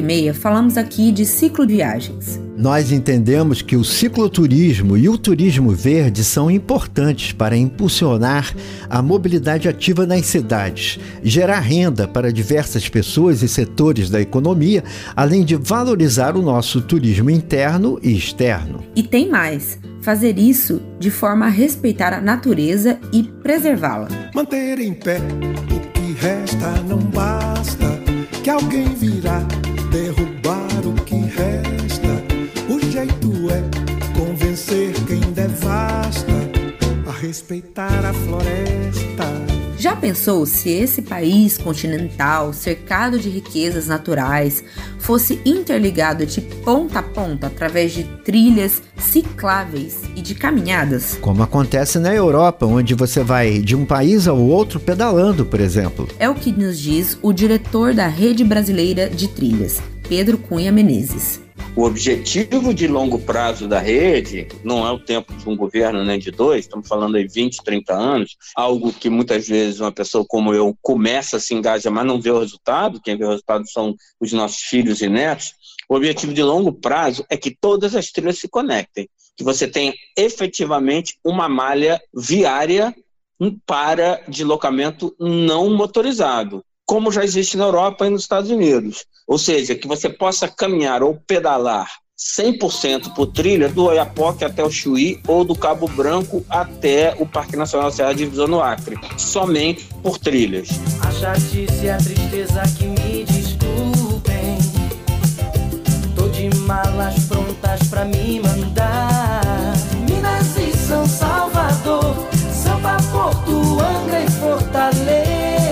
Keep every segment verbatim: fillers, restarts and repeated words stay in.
Meia, falamos aqui de cicloviagens. Nós entendemos que o cicloturismo e o turismo verde são importantes para impulsionar a mobilidade ativa nas cidades, gerar renda para diversas pessoas e setores da economia, além de valorizar o nosso turismo interno e externo. E tem mais, fazer isso de forma a respeitar a natureza e preservá-la. Manter em pé o que resta não basta, que alguém virá derrubar o que resta. O jeito é convencer quem devasta a respeitar a floresta. Já pensou se esse país continental, cercado de riquezas naturais, fosse interligado de ponta a ponta através de trilhas cicláveis e de caminhadas? Como acontece na Europa, onde você vai de um país ao outro pedalando, por exemplo. É o que nos diz o diretor da Rede Brasileira de Trilhas, Pedro Cunha Menezes. O objetivo de longo prazo da rede não é o tempo de um governo nem de dois, estamos falando aí vinte, trinta anos, algo que muitas vezes uma pessoa como eu começa, se engaja, mas não vê o resultado, quem vê o resultado são os nossos filhos e netos. O objetivo de longo prazo é que todas as trilhas se conectem, que você tenha efetivamente uma malha viária para deslocamento não motorizado, como já existe na Europa e nos Estados Unidos. Ou seja, que você possa caminhar ou pedalar cem por cento por trilha do Oiapoque até o Chuí ou do Cabo Branco até o Parque Nacional Serra Divisão no Acre, somente por trilhas. A chatice e a tristeza que me desculpem, tô de malas prontas pra me mandar. Minas e São Salvador, Sampa, Porto, Angra e Fortaleza.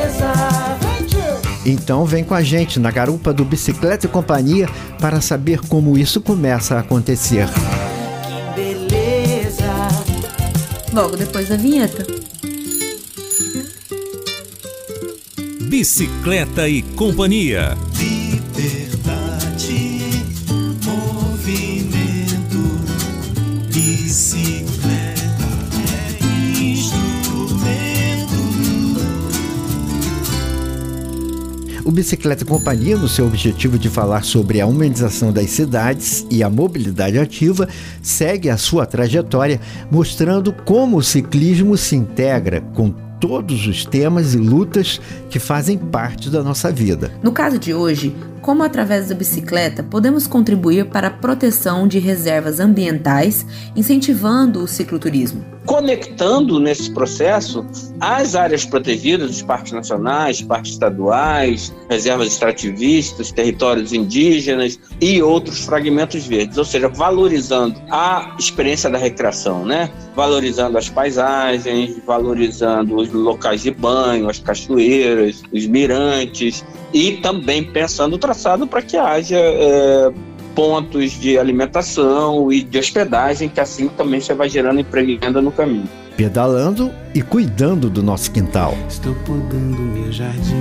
Então vem com a gente na garupa do Bicicleta e Companhia para saber como isso começa a acontecer. Que beleza! Logo depois da vinheta. Bicicleta e Companhia. Liberdade, movimento, bicicleta é instrumento. O Bicicleta e Companhia, no seu objetivo de falar sobre a humanização das cidades e a mobilidade ativa, segue a sua trajetória mostrando como o ciclismo se integra com todos os temas e lutas que fazem parte da nossa vida. No caso de hoje, como através da bicicleta podemos contribuir para a proteção de reservas ambientais, incentivando o cicloturismo? Conectando nesse processo as áreas protegidas, os parques nacionais, parques estaduais, reservas extrativistas, territórios indígenas e outros fragmentos verdes, ou seja, valorizando a experiência da recreação, né? Valorizando as paisagens, valorizando os locais de banho, as cachoeiras, os mirantes e também pensando o traçado para que haja é, pontos de alimentação e de hospedagem, que assim também você vai gerando emprego e renda no caminho. Pedalando e cuidando do nosso quintal. Estou podando meu jardim.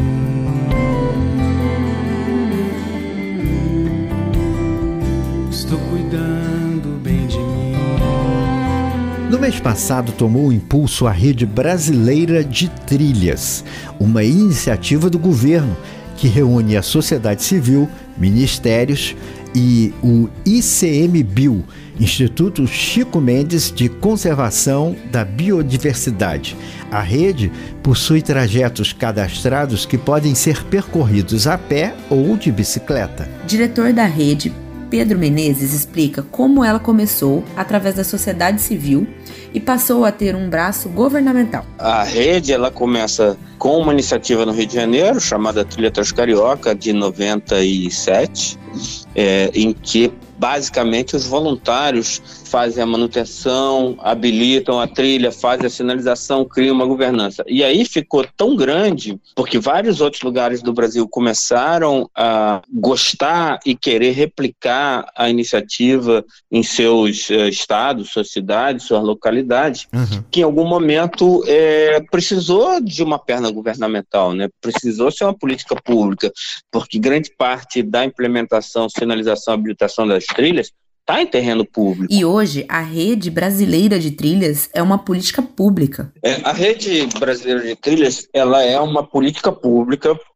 Estou cuidando bem de mim. No mês passado tomou impulso a Rede Brasileira de Trilhas, uma iniciativa do governo que reúne a sociedade civil, ministérios e o I C M B I O, Instituto Chico Mendes de Conservação da Biodiversidade. A rede possui trajetos cadastrados que podem ser percorridos a pé ou de bicicleta. Diretor da rede, Pedro Menezes, explica como ela começou através da sociedade civil e passou a ter um braço governamental. A rede ela começa com uma iniciativa no Rio de Janeiro, chamada Trilha Transcarioca, de noventa e sete, é, em que basicamente os voluntários fazem a manutenção, habilitam a trilha, fazem a sinalização, criam uma governança. E aí ficou tão grande, porque vários outros lugares do Brasil começaram a gostar e querer replicar a iniciativa em seus uh, estados, suas cidades, suas localidades, uhum. que em algum momento é, precisou de uma perna governamental, né? Precisou ser uma política pública, porque grande parte da implementação, sinalização, habilitação das trilhas está em terreno público. E hoje, a Rede Brasileira de Trilhas é uma política pública. É, a Rede Brasileira de Trilhas ela é uma política pública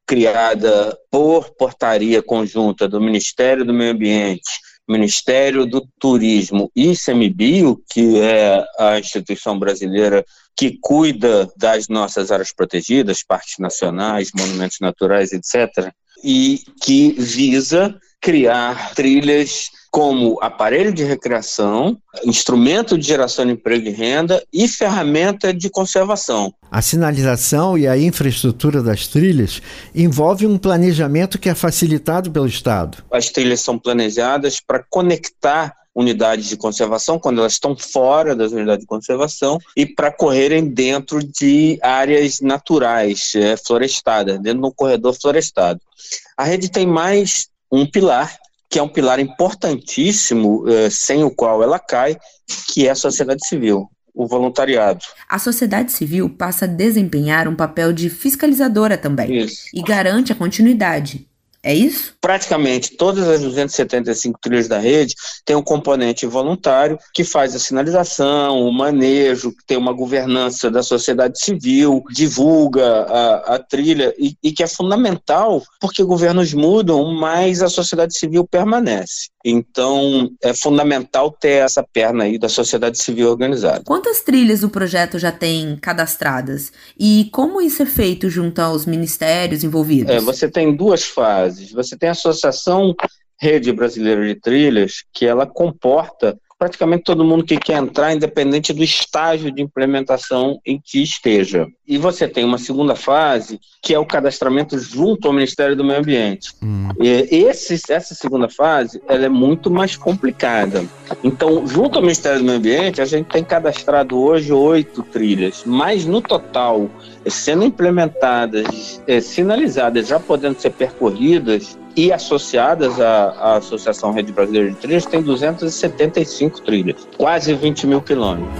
criada por portaria conjunta do Ministério do Meio Ambiente, Ministério do Turismo e ICMBio, que é a instituição brasileira que cuida das nossas áreas protegidas, parques nacionais, monumentos naturais, etcétera, e que visa criar trilhas como aparelho de recreação, instrumento de geração de emprego e renda e ferramenta de conservação. A sinalização e a infraestrutura das trilhas envolve um planejamento que é facilitado pelo Estado. As trilhas são planejadas para conectar unidades de conservação quando elas estão fora das unidades de conservação e para correrem dentro de áreas naturais, é, florestadas, dentro de um corredor florestado. A rede tem mais um pilar, que é um pilar importantíssimo, eh, sem o qual ela cai, que é a sociedade civil, o voluntariado. A sociedade civil passa a desempenhar um papel de fiscalizadora também. Isso. E garante a continuidade. É isso? Praticamente todas as duzentas e setenta e cinco trilhas da rede têm um componente voluntário que faz a sinalização, o manejo, que tem uma governança da sociedade civil, divulga a, a trilha e, e que é fundamental porque governos mudam, mas a sociedade civil permanece. Então, é fundamental ter essa perna aí da sociedade civil organizada. Quantas trilhas o projeto já tem cadastradas? E como isso é feito junto aos ministérios envolvidos? É, você tem duas fases. Você tem a Associação Rede Brasileira de Trilhas, que ela comporta praticamente todo mundo que quer entrar, independente do estágio de implementação em que esteja. E você tem uma segunda fase, que é o cadastramento junto ao Ministério do Meio Ambiente. Hum. E esse, essa segunda fase, ela é muito mais complicada. Então, junto ao Ministério do Meio Ambiente, a gente tem cadastrado hoje oito trilhas, mas no total, sendo implementadas, é, sinalizadas, já podendo ser percorridas, e associadas à, à Associação Rede Brasileira de Trilhas, tem duzentas e setenta e cinco trilhas, quase vinte mil quilômetros.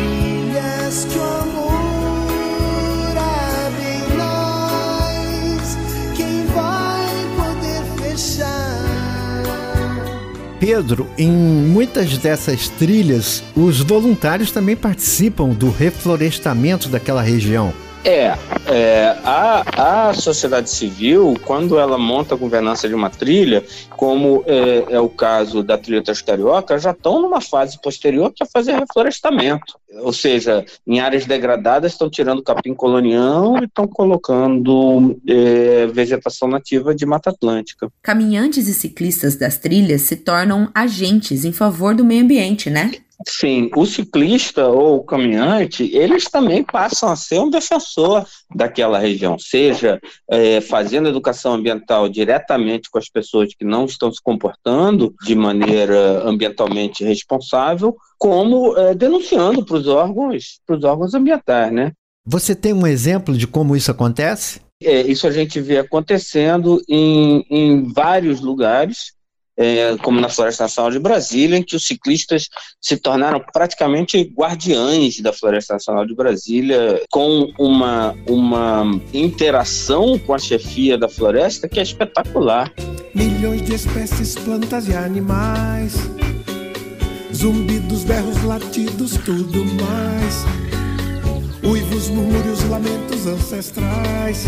Trilhas que o amor abre em nós, quem vai poder fechar? Pedro, em muitas dessas trilhas, os voluntários também participam do reflorestamento daquela região. É, é a, a sociedade civil, quando ela monta a governança de uma trilha, como é, é o caso da Trilha Transcarioca, já estão numa fase posterior que é fazer reflorestamento. Ou seja, em áreas degradadas estão tirando capim colonial e estão colocando é, vegetação nativa de Mata Atlântica. Caminhantes e ciclistas das trilhas se tornam agentes em favor do meio ambiente, né? Sim, o ciclista ou o caminhante, eles também passam a ser um defensor daquela região, seja é, fazendo educação ambiental diretamente com as pessoas que não estão se comportando de maneira ambientalmente responsável, como é, denunciando para os órgãos, para os órgãos ambientais, né? Você tem um exemplo de como isso acontece? É, isso a gente vê acontecendo em, em vários lugares. É, como na Floresta Nacional de Brasília, em que os ciclistas se tornaram praticamente guardiães da Floresta Nacional de Brasília, com uma, uma interação com a chefia da floresta que é espetacular. Milhões de espécies, plantas e animais, zumbidos, berros, latidos, tudo mais, uivos, murmúrios, lamentos ancestrais.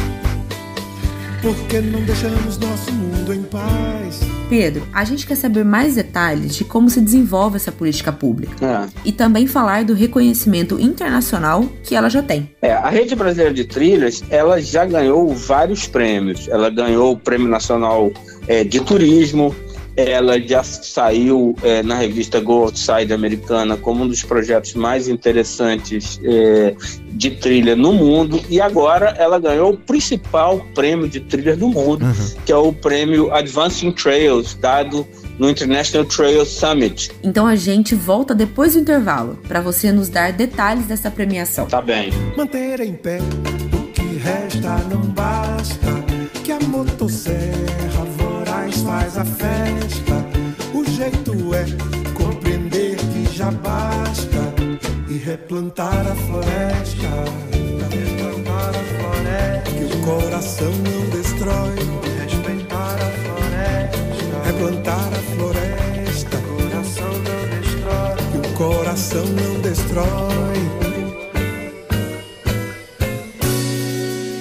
Por que não deixamos nosso mundo em paz? Pedro, a gente quer saber mais detalhes de como se desenvolve essa política pública. É. E também falar do reconhecimento internacional que ela já tem. É, a Rede Brasileira de Trilhas, ela já ganhou vários prêmios. Ela ganhou o Prêmio Nacional é, de Turismo, ela já saiu é, na revista Go Outside americana como um dos projetos mais interessantes é, de trilha no mundo, e agora ela ganhou o principal prêmio de trilha do mundo, uhum. que é o prêmio Advancing Trails, dado no International Trails Summit. Então a gente volta depois do intervalo, para você nos dar detalhes dessa premiação. Tá bem. Manter em pé o que resta não basta, que a motosserra voraz faz a festa. O jeito é compreender que já basta e replantar a floresta. Replantar a floresta. Que o coração não destrói. Respeitar a floresta. Replantar a floresta. O coração não destrói. Que o coração não destrói. O mês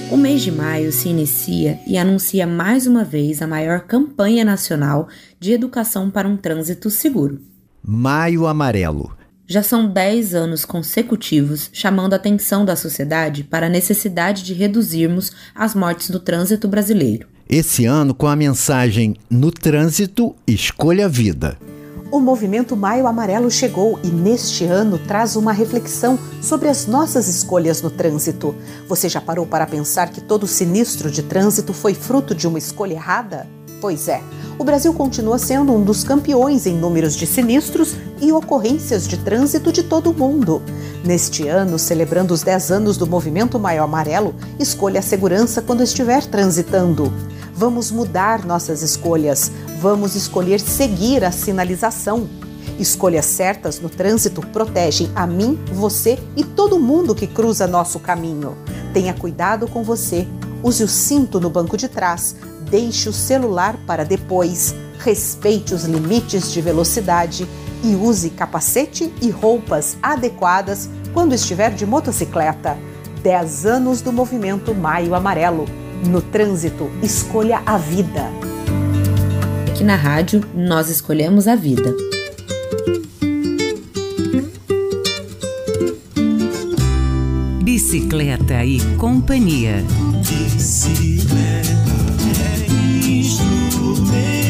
de maio se inicia e anuncia mais uma vez a maior campanha nacional de educação para um trânsito seguro. Maio Amarelo. Já são dez anos consecutivos chamando a atenção da sociedade para a necessidade de reduzirmos as mortes no trânsito brasileiro. Esse ano com a mensagem "No trânsito, escolha a vida". O movimento Maio Amarelo chegou e neste ano traz uma reflexão sobre as nossas escolhas no trânsito. Você já parou para pensar que todo sinistro de trânsito foi fruto de uma escolha errada? Pois é, o Brasil continua sendo um dos campeões em números de sinistros e ocorrências de trânsito de todo o mundo. Neste ano, celebrando os dez anos do movimento Maio Amarelo, escolha a segurança quando estiver transitando. Vamos mudar nossas escolhas. Vamos escolher seguir a sinalização. Escolhas certas no trânsito protegem a mim, você e todo mundo que cruza nosso caminho. Tenha cuidado com você. Use o cinto no banco de trás. Deixe o celular para depois. Respeite os limites de velocidade e use capacete e roupas adequadas quando estiver de motocicleta. dez anos do movimento Maio Amarelo. No trânsito, escolha a vida. Aqui na rádio, nós escolhemos a vida. Bicicleta e companhia. Bicicleta é instrumento.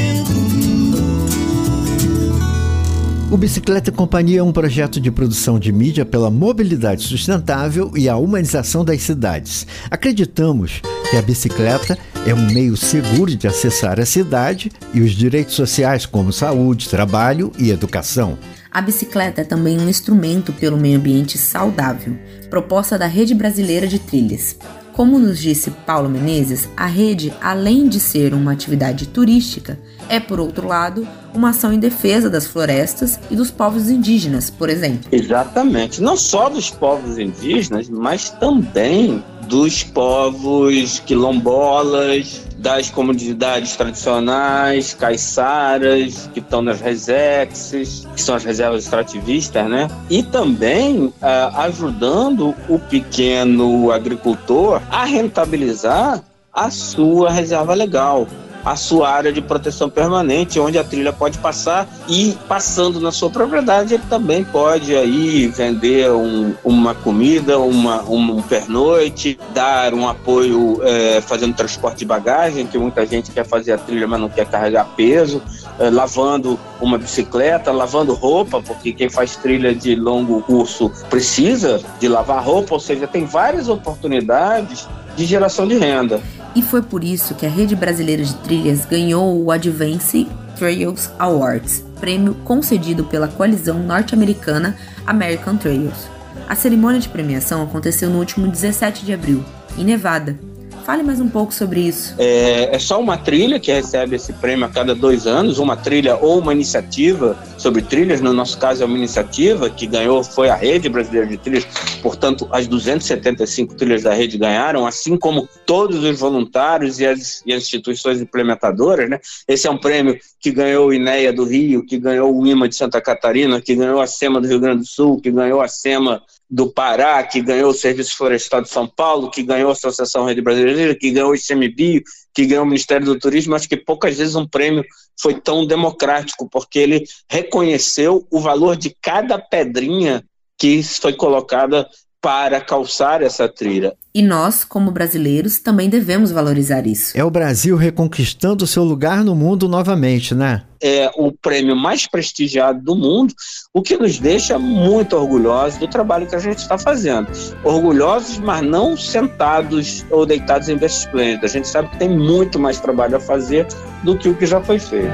O Bicicleta e Companhia é um projeto de produção de mídia pela mobilidade sustentável e a humanização das cidades. Acreditamos que a bicicleta é um meio seguro de acessar a cidade e os direitos sociais como saúde, trabalho e educação. A bicicleta é também um instrumento pelo meio ambiente saudável, proposta da Rede Brasileira de Trilhas. Como nos disse Paulo Menezes, a rede, além de ser uma atividade turística, é, por outro lado, uma ação em defesa das florestas e dos povos indígenas, por exemplo. Exatamente. Não só dos povos indígenas, mas também dos povos quilombolas, das comunidades tradicionais, caiçaras, que estão nas resexes, que são as reservas extrativistas, né? E também ah, ajudando o pequeno agricultor a rentabilizar a sua reserva legal, a sua área de proteção permanente, onde a trilha pode passar, e passando na sua propriedade, ele também pode aí vender um, uma comida, uma, um pernoite, dar um apoio é, fazendo transporte de bagagem, que muita gente quer fazer a trilha, mas não quer carregar peso, é, lavando uma bicicleta, lavando roupa, porque quem faz trilha de longo curso precisa de lavar roupa, ou seja, tem várias oportunidades de geração de renda. E foi por isso que a Rede Brasileira de Trilhas ganhou o Advance Trails Awards, prêmio concedido pela coalizão norte-americana American Trails. A cerimônia de premiação aconteceu no último dezessete de abril, em Nevada. Fale mais um pouco sobre isso. É, é só uma trilha que recebe esse prêmio a cada dois anos, uma trilha ou uma iniciativa sobre trilhas. No nosso caso é uma iniciativa que ganhou, foi a Rede Brasileira de Trilhas, portanto as duzentas e setenta e cinco trilhas da rede ganharam, assim como todos os voluntários e as, e as instituições implementadoras, né? Esse é um prêmio que ganhou o INEA do Rio, que ganhou o IMA de Santa Catarina, que ganhou a SEMA do Rio Grande do Sul, que ganhou a SEMA do Pará, que ganhou o Serviço Florestal de São Paulo, que ganhou a Associação Rede Brasileira, que ganhou o I C M B I O, que ganhou o Ministério do Turismo. Acho que poucas vezes um prêmio foi tão democrático, porque ele reconheceu o valor de cada pedrinha que foi colocada para calçar essa trilha. E nós, como brasileiros, também devemos valorizar isso. É o Brasil reconquistando seu lugar no mundo novamente, né? É o prêmio mais prestigiado do mundo, o que nos deixa muito orgulhosos do trabalho que a gente está fazendo. Orgulhosos, mas não sentados ou deitados em berço esplêndido. A gente sabe que tem muito mais trabalho a fazer do que o que já foi feito.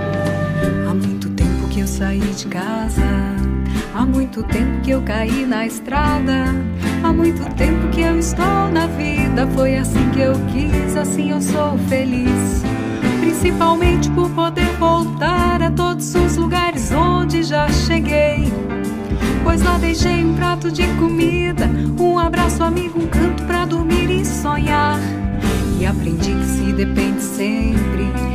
Há muito tempo que eu saí de casa, há muito tempo que eu caí na estrada, há muito tempo que eu estou na vida. Foi assim que eu quis, assim eu sou feliz. Principalmente por poder voltar a todos os lugares onde já cheguei. Pois lá deixei um prato de comida, um abraço amigo, um canto pra dormir e sonhar. E aprendi que se depende sempre de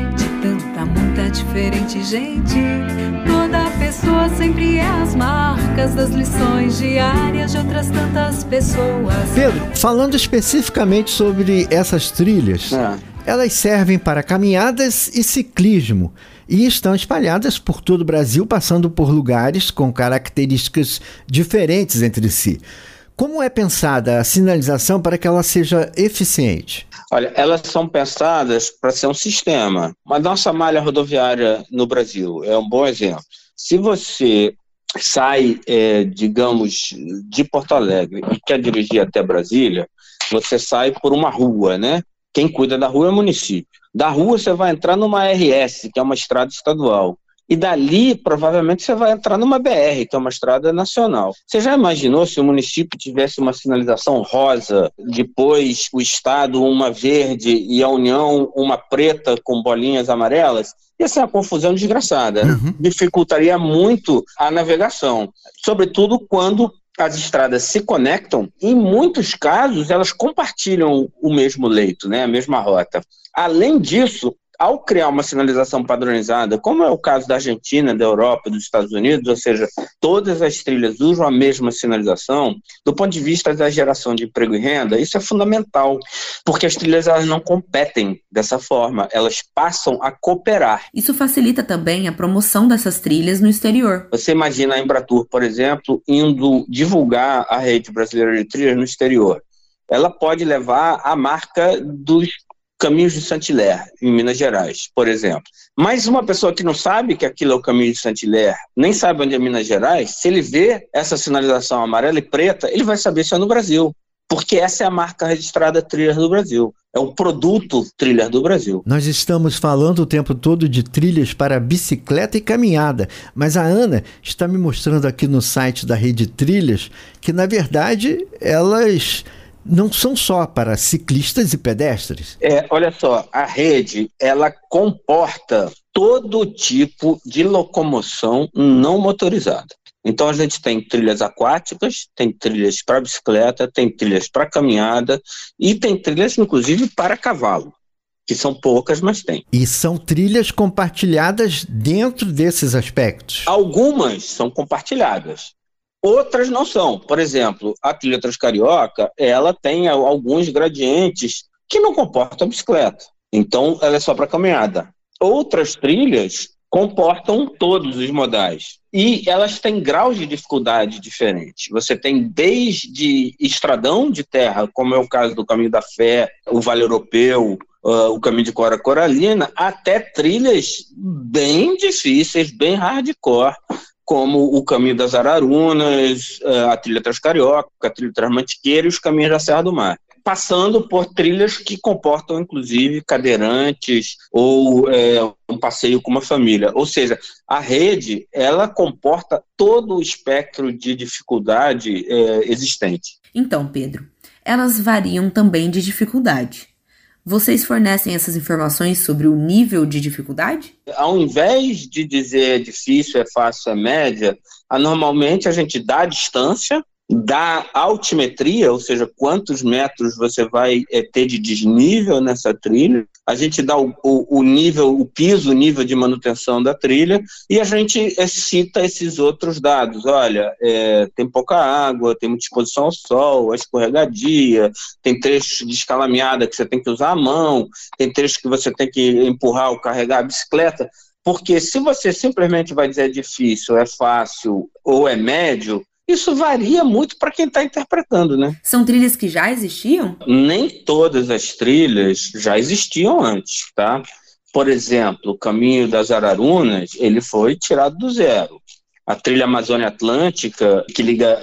tanta, muita diferente gente. Toda pessoa sempre é as marcas das lições diárias de outras tantas pessoas. Pedro, falando especificamente sobre essas trilhas, é. elas servem para caminhadas e ciclismo e estão espalhadas por todo o Brasil, passando por lugares com características diferentes entre si. Como é pensada a sinalização para que ela seja eficiente? Olha, elas são pensadas para ser um sistema. A nossa malha rodoviária no Brasil é um bom exemplo. Se você sai, é, digamos, de Porto Alegre e quer dirigir até Brasília, você sai por uma rua, né? Quem cuida da rua é o município. Da rua você vai entrar numa R S, que é uma estrada estadual. E dali, provavelmente, você vai entrar numa B R, que é uma estrada nacional. Você já imaginou se o município tivesse uma sinalização rosa, depois o Estado uma verde e a União uma preta com bolinhas amarelas? Ia ser uma confusão desgraçada. Uhum. Dificultaria muito a navegação, sobretudo quando as estradas se conectam. Em muitos casos, elas compartilham o mesmo leito, né, a mesma rota. Além disso, ao criar uma sinalização padronizada, como é o caso da Argentina, da Europa, dos Estados Unidos, ou seja, todas as trilhas usam a mesma sinalização, do ponto de vista da geração de emprego e renda, isso é fundamental, porque as trilhas elas não competem dessa forma, elas passam a cooperar. Isso facilita também a promoção dessas trilhas no exterior. Você imagina a Embratur, por exemplo, indo divulgar a rede brasileira de trilhas no exterior. Ela pode levar a marca dos Caminhos de Saint-Hilaire, em Minas Gerais, por exemplo. Mas uma pessoa que não sabe que aquilo é o Caminho de Saint-Hilaire, nem sabe onde é Minas Gerais, se ele vê essa sinalização amarela e preta, ele vai saber se é no Brasil, porque essa é a marca registrada Trilhas do Brasil. É o produto Trilhas do Brasil. Nós estamos falando o tempo todo de trilhas para bicicleta e caminhada, mas a Ana está me mostrando aqui no site da Rede Trilhas que, na verdade, elas não são só para ciclistas e pedestres. É, olha só, a rede, ela comporta todo tipo de locomoção não motorizada. Então a gente tem trilhas aquáticas, tem trilhas para bicicleta, tem trilhas para caminhada e tem trilhas, inclusive, para cavalo, que são poucas, mas tem. E são trilhas compartilhadas dentro desses aspectos? Algumas são compartilhadas. Outras não são. Por exemplo, a trilha Transcarioca, ela tem alguns gradientes que não comportam a bicicleta. Então, ela é só para caminhada. Outras trilhas comportam todos os modais. E elas têm graus de dificuldade diferentes. Você tem desde estradão de terra, como é o caso do Caminho da Fé, o Vale Europeu, uh, o Caminho de Cora Coralina, até trilhas bem difíceis, bem hardcore, como o Caminho das Ararunas, a Trilha Transcarioca, a Trilha Transmantiqueira e os Caminhos da Serra do Mar. Passando por trilhas que comportam, inclusive, cadeirantes ou é, um passeio com uma família. Ou seja, a rede, ela comporta todo o espectro de dificuldade é, existente. Então, Pedro, elas variam também de dificuldade. Vocês fornecem essas informações sobre o nível de dificuldade? Ao invés de dizer é difícil, é fácil, é média, normalmente a gente dá a distância, dá altimetria, ou seja, quantos metros você vai é, ter de desnível nessa trilha, a gente dá o, o, o nível, o piso, o nível de manutenção da trilha, e a gente é, cita esses outros dados. Olha, é, tem pouca água, tem muita exposição ao sol, é escorregadia, tem trechos de escalameada que você tem que usar a mão, tem trechos que você tem que empurrar ou carregar a bicicleta, porque se você simplesmente vai dizer é difícil, é fácil ou é médio, isso varia muito para quem está interpretando, né? São trilhas que já existiam? Nem todas as trilhas já existiam antes, tá? Por exemplo, o Caminho das Ararunas, ele foi tirado do zero. A trilha Amazônia Atlântica, que liga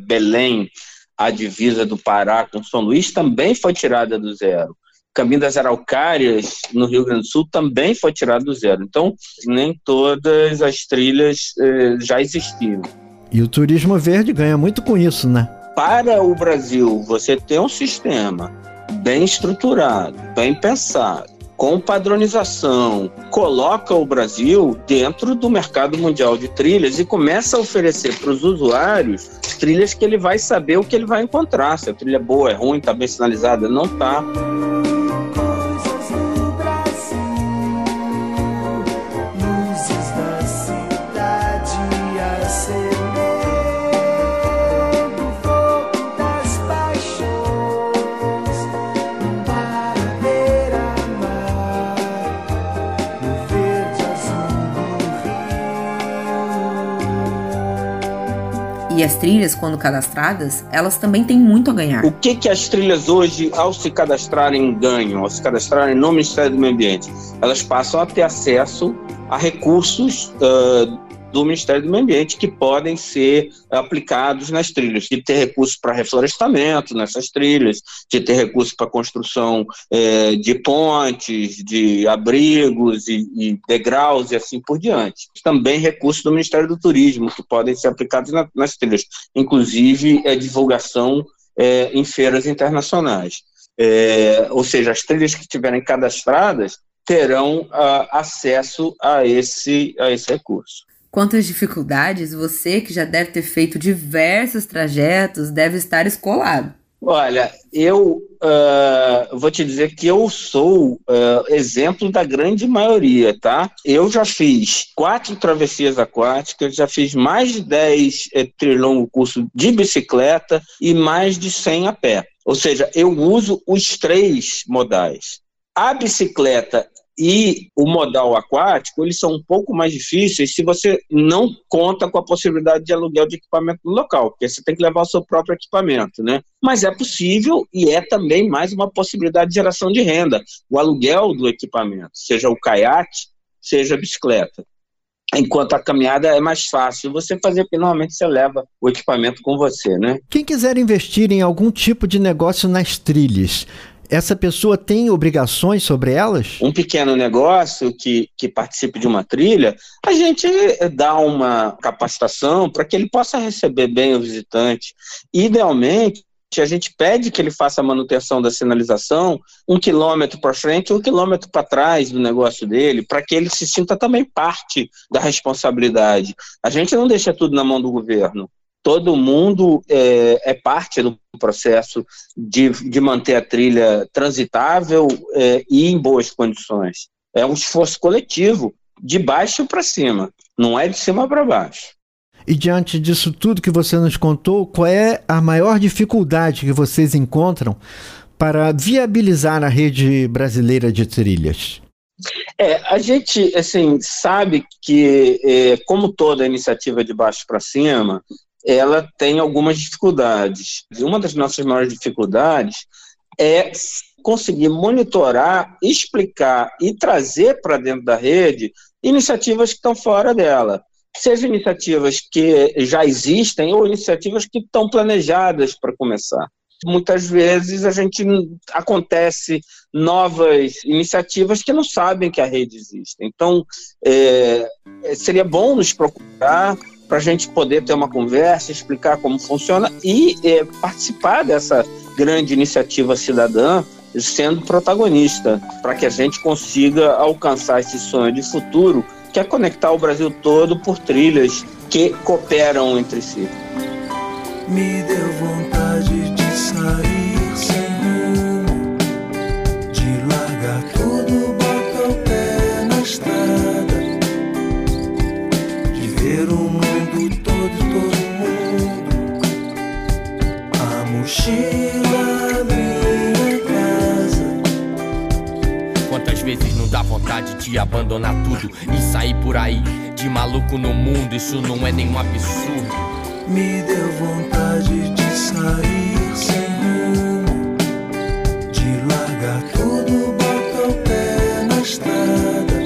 Belém à divisa do Pará com São Luís, também foi tirada do zero. O Caminho das Araucárias, no Rio Grande do Sul, também foi tirado do zero. Então, nem todas as trilhas eh, já existiam. E o turismo verde ganha muito com isso, né? Para o Brasil, você ter um sistema bem estruturado, bem pensado, com padronização, coloca o Brasil dentro do mercado mundial de trilhas e começa a oferecer para os usuários trilhas que ele vai saber o que ele vai encontrar. Se a trilha é boa, é ruim, está bem sinalizada, não está. E as trilhas, quando cadastradas, elas também têm muito a ganhar. O que, que as trilhas hoje, ao se cadastrarem, ganham? Ao se cadastrarem no Ministério do Meio Ambiente? Elas passam a ter acesso a recursos uh, do Ministério do Meio Ambiente que podem ser aplicados nas trilhas, de ter recursos para reflorestamento nessas trilhas, de ter recursos para construção eh, de pontes, de abrigos e, e degraus e assim por diante. Também recursos do Ministério do Turismo que podem ser aplicados na, nas trilhas, inclusive a divulgação eh, em feiras internacionais. Eh, ou seja, as trilhas que estiverem cadastradas terão uh, acesso a esse, a esse recurso. Quantas dificuldades, você que já deve ter feito diversos trajetos deve estar escolado. Olha, eu uh, vou te dizer que eu sou uh, exemplo da grande maioria, tá? Eu já fiz quatro travessias aquáticas, já fiz mais de dez eh, trilhões curso de bicicleta e mais de cem a pé. Ou seja, eu uso os três modais. A bicicleta e o modal aquático, eles são um pouco mais difíceis se você não conta com a possibilidade de aluguel de equipamento no local, porque você tem que levar o seu próprio equipamento, né? Mas é possível e é também mais uma possibilidade de geração de renda, o aluguel do equipamento, seja o caiaque, seja a bicicleta. Enquanto a caminhada é mais fácil você fazer, porque normalmente você leva o equipamento com você, né? Quem quiser investir em algum tipo de negócio nas trilhas, essa pessoa tem obrigações sobre elas? Um pequeno negócio que, que participe de uma trilha, a gente dá uma capacitação para que ele possa receber bem o visitante. Idealmente, a gente pede que ele faça a manutenção da sinalização um quilômetro para frente, um quilômetro para trás do negócio dele, para que ele se sinta também parte da responsabilidade. A gente não deixa tudo na mão do governo. Todo mundo é, é parte do processo de, de manter a trilha transitável é, e em boas condições. É um esforço coletivo, de baixo para cima, não é de cima para baixo. E diante disso tudo que você nos contou, qual é a maior dificuldade que vocês encontram para viabilizar a rede brasileira de trilhas? É, a gente assim, sabe que, é, como toda iniciativa de baixo para cima, ela tem algumas dificuldades. Uma das nossas maiores dificuldades é conseguir monitorar, explicar e trazer para dentro da rede iniciativas que estão fora dela. Seja iniciativas que já existem ou iniciativas que estão planejadas para começar. Muitas vezes a gente acontece novas iniciativas que não sabem que a rede existe. Então, é, seria bom nos procurar para a gente poder ter uma conversa, explicar como funciona e é, participar dessa grande iniciativa cidadã, sendo protagonista, para que a gente consiga alcançar esse sonho de futuro, que é conectar o Brasil todo por trilhas que cooperam entre si. Me deu vontade de sair sem rumo, de largar tudo, botar o pé na estrada, de ver o mundo todo, todo mundo, a mochila, minha casa. Quantas vezes não dá vontade de abandonar tudo e sair por aí de maluco no mundo? Isso não é nenhum absurdo. Me deu vontade de sair sem rumo, de largar tudo, botar o pé na estrada,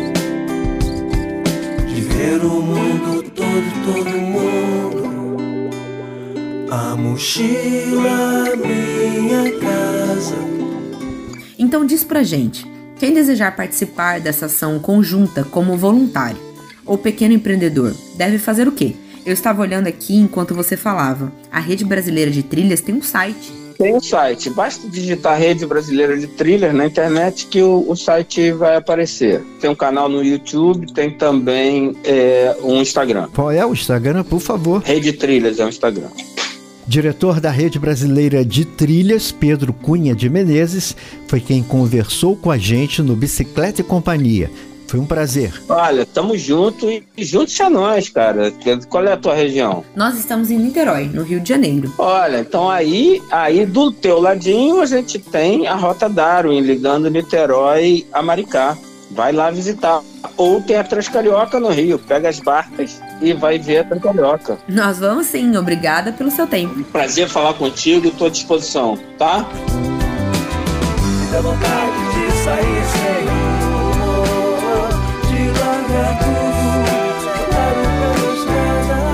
de ver o mundo todo, todo mundo, a mochila, minha casa. Então diz pra gente, quem desejar participar dessa ação conjunta como voluntário ou pequeno empreendedor, deve fazer o quê? Eu estava olhando aqui enquanto você falava. A Rede Brasileira de Trilhas tem um site. Tem um site. Basta digitar Rede Brasileira de Trilhas na internet que o, o site vai aparecer. Tem um canal no YouTube, tem também é, um Instagram. Qual é o Instagram, por favor? Rede Trilhas é o Instagram. Diretor da Rede Brasileira de Trilhas, Pedro Cunha de Menezes, foi quem conversou com a gente no Bicicleta e Companhia. Foi um prazer. Olha, tamo junto e junte-se a nós, cara. Qual é a tua região? Nós estamos em Niterói, no Rio de Janeiro. Olha, então aí, aí do teu ladinho a gente tem a Rota Darwin, ligando Niterói a Maricá. Vai lá visitar. ou tem a Transcarioca no Rio. Pega as barcas e vai ver a Transcarioca. Nós vamos sim, obrigada pelo seu tempo. Prazer falar contigo, estou à disposição, tá? Dá vontade de sair sem amor, de largar tudo, dar o pé na estrada.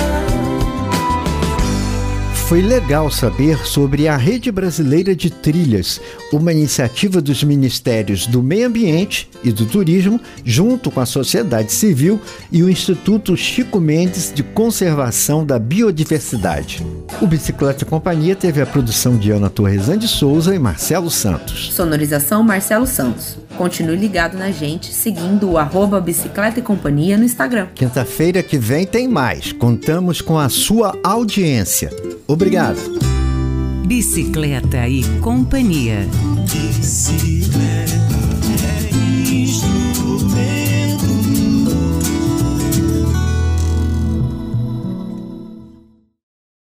Foi legal saber sobre a Rede Brasileira de Trilhas, uma iniciativa dos Ministérios do Meio Ambiente e do Turismo, junto com a sociedade civil e o Instituto Chico Mendes de Conservação da Biodiversidade. O Bicicleta e Companhia teve a produção de Ana Torresan de Souza e Marcelo Santos. Sonorização Marcelo Santos. Continue ligado na gente, seguindo o arroba Bicicleta e Companhia no Instagram. Quinta-feira que vem tem mais. Contamos com a sua audiência. Obrigado. Bicicleta e Companhia. Bicicleta.